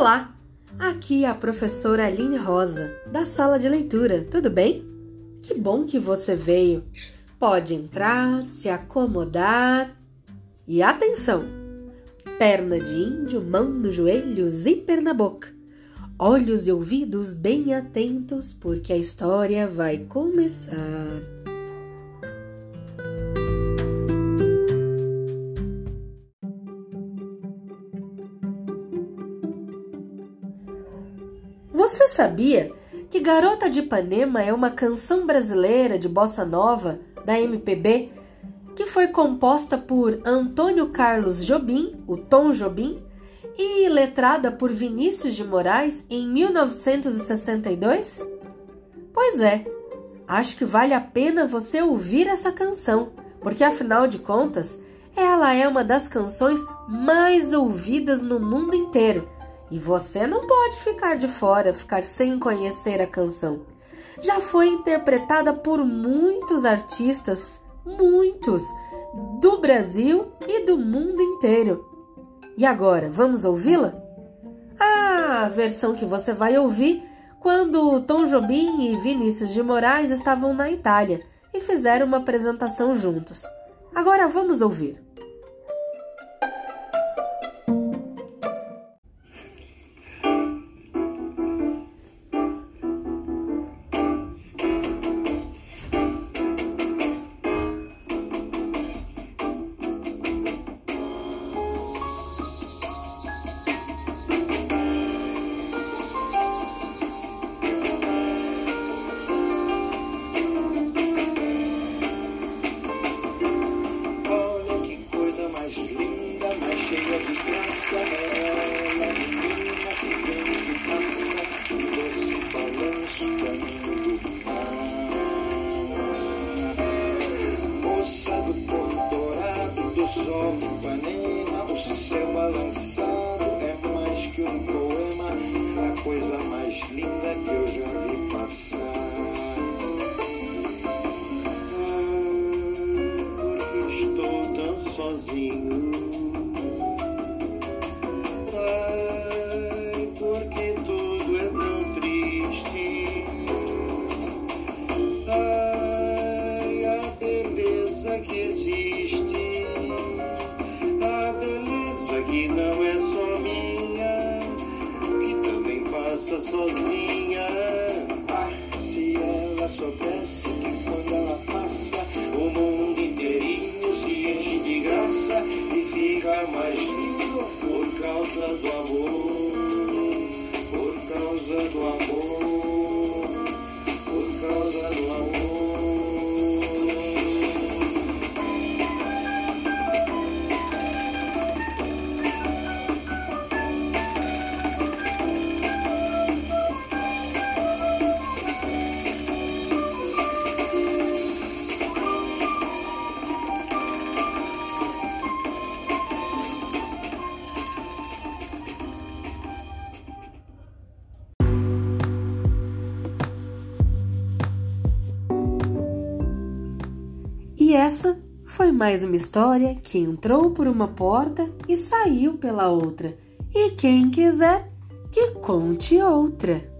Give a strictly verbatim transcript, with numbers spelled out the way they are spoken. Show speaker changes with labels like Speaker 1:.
Speaker 1: Olá, aqui é a professora Aline Rosa, da sala de leitura, tudo bem? Que bom que você veio. Pode entrar, se acomodar e atenção! Perna de índio, mão no joelho, zíper na boca. Olhos e ouvidos bem atentos, porque a história vai começar. Você sabia que Garota de Ipanema é uma canção brasileira de bossa nova da M P B que foi composta por Antônio Carlos Jobim, o Tom Jobim, e letrada por Vinícius de Moraes em mil novecentos e sessenta e dois? Pois é, acho que vale a pena você ouvir essa canção, porque afinal de contas, ela é uma das canções mais ouvidas no mundo inteiro. E você não pode ficar de fora, ficar sem conhecer a canção. Já foi interpretada por muitos artistas, muitos, do Brasil e do mundo inteiro. E agora, vamos ouvi-la? Ah, a versão que você vai ouvir quando Tom Jobim e Vinícius de Moraes estavam na Itália e fizeram uma apresentação juntos. Agora vamos ouvir.
Speaker 2: Cheia de graça, ela menina que vem e passa, doce balanço caminho do mar. Moça do Porto Dourado, do sol de Ipanema, o céu balançado é mais que um poema, a coisa mais linda que eu já vi passar. Ah, porque estou tão sozinho. Que existe, a beleza que não é só minha, que também passa sozinha. Ah, se ela soubesse que quando ela passa, o mundo inteirinho se enche de graça e fica mais lindo por causa do amor, por causa do amor, por causa do amor.
Speaker 1: E essa foi mais uma história que entrou por uma porta e saiu pela outra. E quem quiser, que conte outra.